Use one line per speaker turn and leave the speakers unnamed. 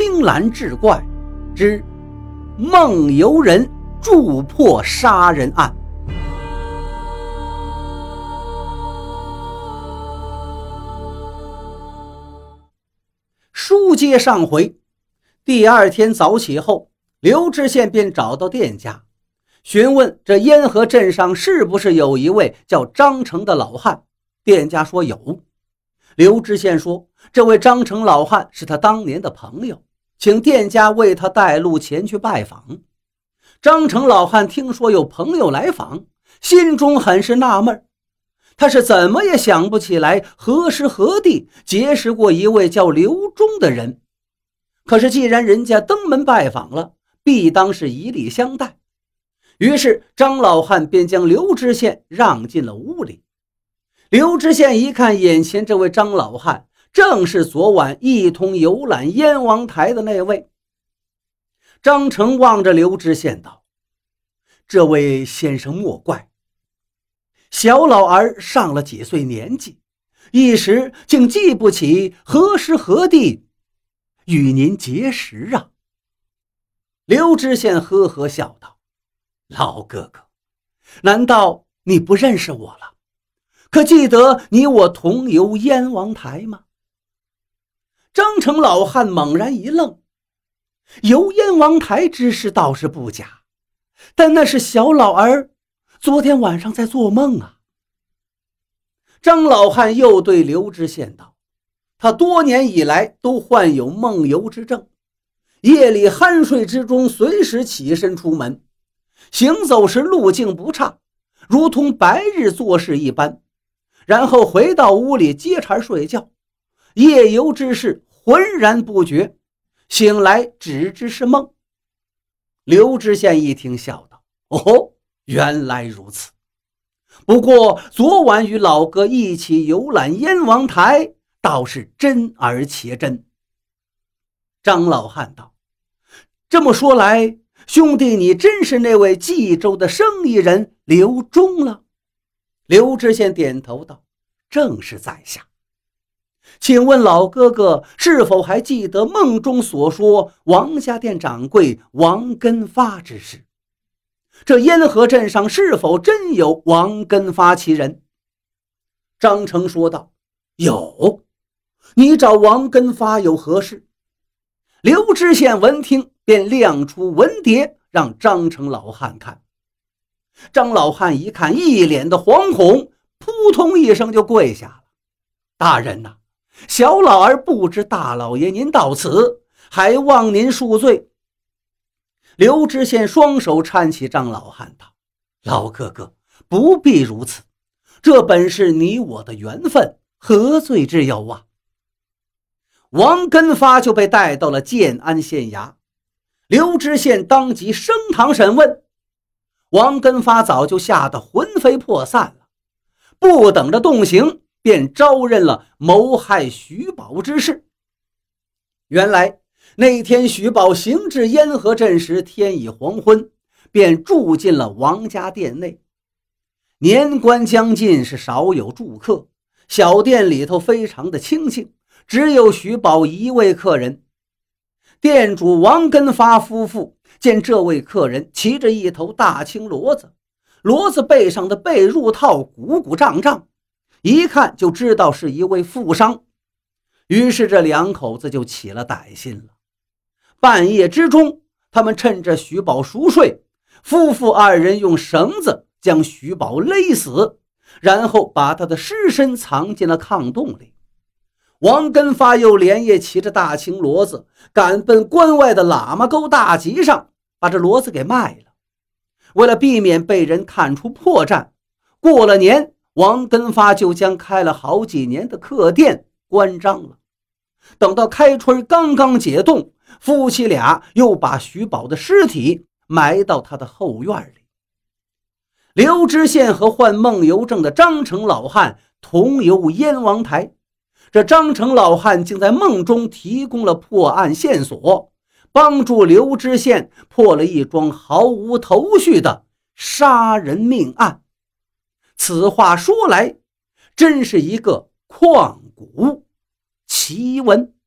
青蓝志怪之梦游人助破杀人案。书接上回，第二天早起后，刘知县便找到店家，询问这烟河镇上是不是有一位叫张成的老汉。店家说有。刘知县说，这位张成老汉是他当年的朋友，请店家为他带路前去拜访。张成老汉听说有朋友来访，心中很是纳闷，他是怎么也想不起来何时何地结识过一位叫刘忠的人。可是既然人家登门拜访了，必当是以礼相待。于是张老汉便将刘知县让进了屋里。刘知县一看眼前这位张老汉，正是昨晚一同游览燕王台的那位。张成望着刘知县道：这位先生莫怪，小老儿上了几岁年纪，一时竟记不起何时何地与您结识啊。刘知县呵呵笑道：老哥哥，难道你不认识我了？可记得你我同游燕王台吗？张成老汉猛然一愣，游燕王台之事倒是不假，但那是小老儿昨天晚上在做梦啊。张老汉又对刘知县道：他多年以来都患有梦游之症，夜里酣睡之中随时起身出门，行走时路径不畅，如同白日做事一般，然后回到屋里接茬睡觉，夜游之事浑然不觉，醒来只知是梦。刘知县一听笑道：哦，原来如此。不过昨晚与老哥一起游览燕王台，倒是真而且真。张老汉道：这么说来，兄弟你真是那位冀州的生意人刘忠了。刘知县点头道：正是在下。请问老哥哥是否还记得梦中所说王家店掌柜王根发之事？这烟河镇上是否真有王根发其人？张成说道：有。你找王根发有何事？刘知县闻听便亮出文牒，让张成老汉看。张老汉一看，一脸的惶恐，扑通一声就跪下了。大人呐，小老儿不知大老爷您到此，还望您恕罪。刘知县双手搀起张老汉道：老哥哥不必如此，这本是你我的缘分，何罪之有啊。王根发就被带到了建安县衙，刘知县当即升堂审问。王根发早就吓得魂飞魄散了，不等着动刑，便招认了谋害徐宝之事。原来那天徐宝行至烟河镇时，天已黄昏，便住进了王家店内。年关将近，是少有住客，小店里头非常的清静，只有徐宝一位客人。店主王根发夫妇见这位客人骑着一头大青骡子，骡子背上的被褥套鼓鼓胀胀，一看就知道是一位富商，于是这两口子就起了歹心了。半夜之中，他们趁着徐宝熟睡，夫妇二人用绳子将徐宝勒死，然后把他的尸身藏进了炕洞里。王根发又连夜骑着大青骡子赶奔关外的喇嘛沟大集上，把这骡子给卖了。为了避免被人看出破绽，过了年，王根发就将开了好几年的客店关张了。等到开春刚刚解冻，夫妻俩又把徐宝的尸体埋到他的后院里。刘知县和患梦游症的张成老汉同游燕王台，这张成老汉竟在梦中提供了破案线索，帮助刘知县破了一桩毫无头绪的杀人命案。此话说来，真是一个旷古奇闻。